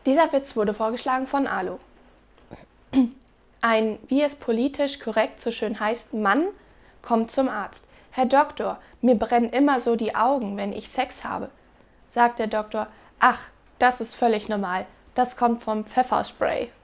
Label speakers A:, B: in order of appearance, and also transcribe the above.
A: Dieser Witz wurde vorgeschlagen von Alu. Ein, wie es politisch korrekt so schön heißt, Mann kommt zum Arzt. Herr Doktor, mir brennen immer so die Augen, wenn ich Sex habe. Sagt der Doktor, ach, das ist völlig normal, das kommt vom Pfefferspray.